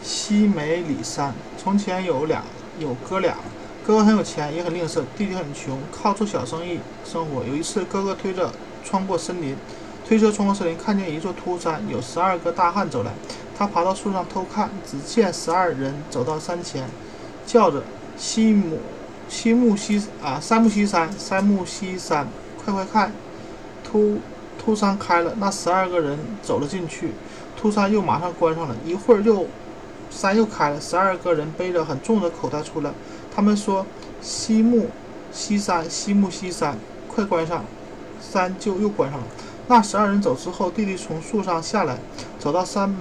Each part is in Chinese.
西梅里山。从前有哥俩，哥哥很有钱，也很吝啬，弟弟很穷，靠做小生意生活。有一次，哥哥推车穿过森林，看见一座秃山，有12个大汉走来。他爬到树上偷看，只见12人走到山前，叫着山木西山，快快看！秃山开了，那12个人走了进去，秃山又马上关上了。一会儿山又开了，12个人背着很重的口袋出来。他们说：西木西山，快关上！山就又关上了。那12人走之后，弟弟从树上下来，走到山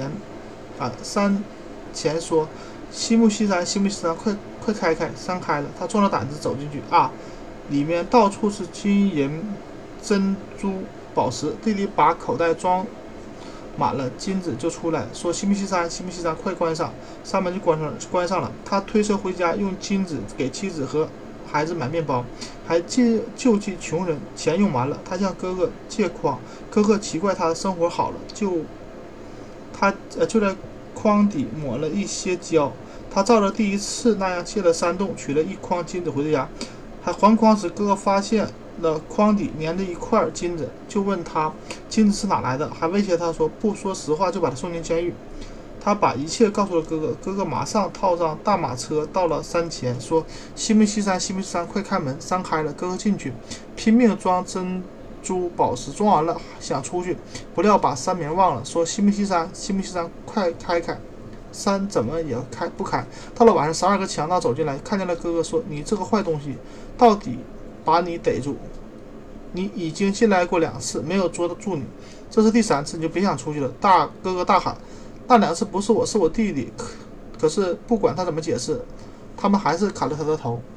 前说：西木西山，快开开！山开了，他壮着胆子走进去里面到处是金银珍珠宝石。弟弟把口袋装满了金子就出来，说：西木西山，快关上！山门就关上了。他推车回家，用金子给妻子和孩子买面包，还救济穷人，钱用完了，他向哥哥借筐。哥哥奇怪他的生活好了，就在筐底抹了一些胶。他照着第一次那样卸了3洞，取了一筐金子回到家。还还筐时，哥哥发现了筐底粘着一块金子，就问他金子是哪来的，还威胁他说不说实话就把他送进监狱。他把一切告诉了哥哥，哥哥马上套上大马车到了山前，说：西木西山，快开门！山开了，哥哥进去，拼命装珍珠宝石，装完了想出去，不料把山名忘了，说：西木西山，快开开！山怎么也不开。到了晚上，12个强盗走进来，看见了哥哥，说：你这个坏东西，到底把你逮住！你已经进来过2次，没有捉得住你，这是第3次，你就别想出去了。哥哥大喊：那2次不是我，是我弟弟。可是不管他怎么解释，他们还是砍了他的头。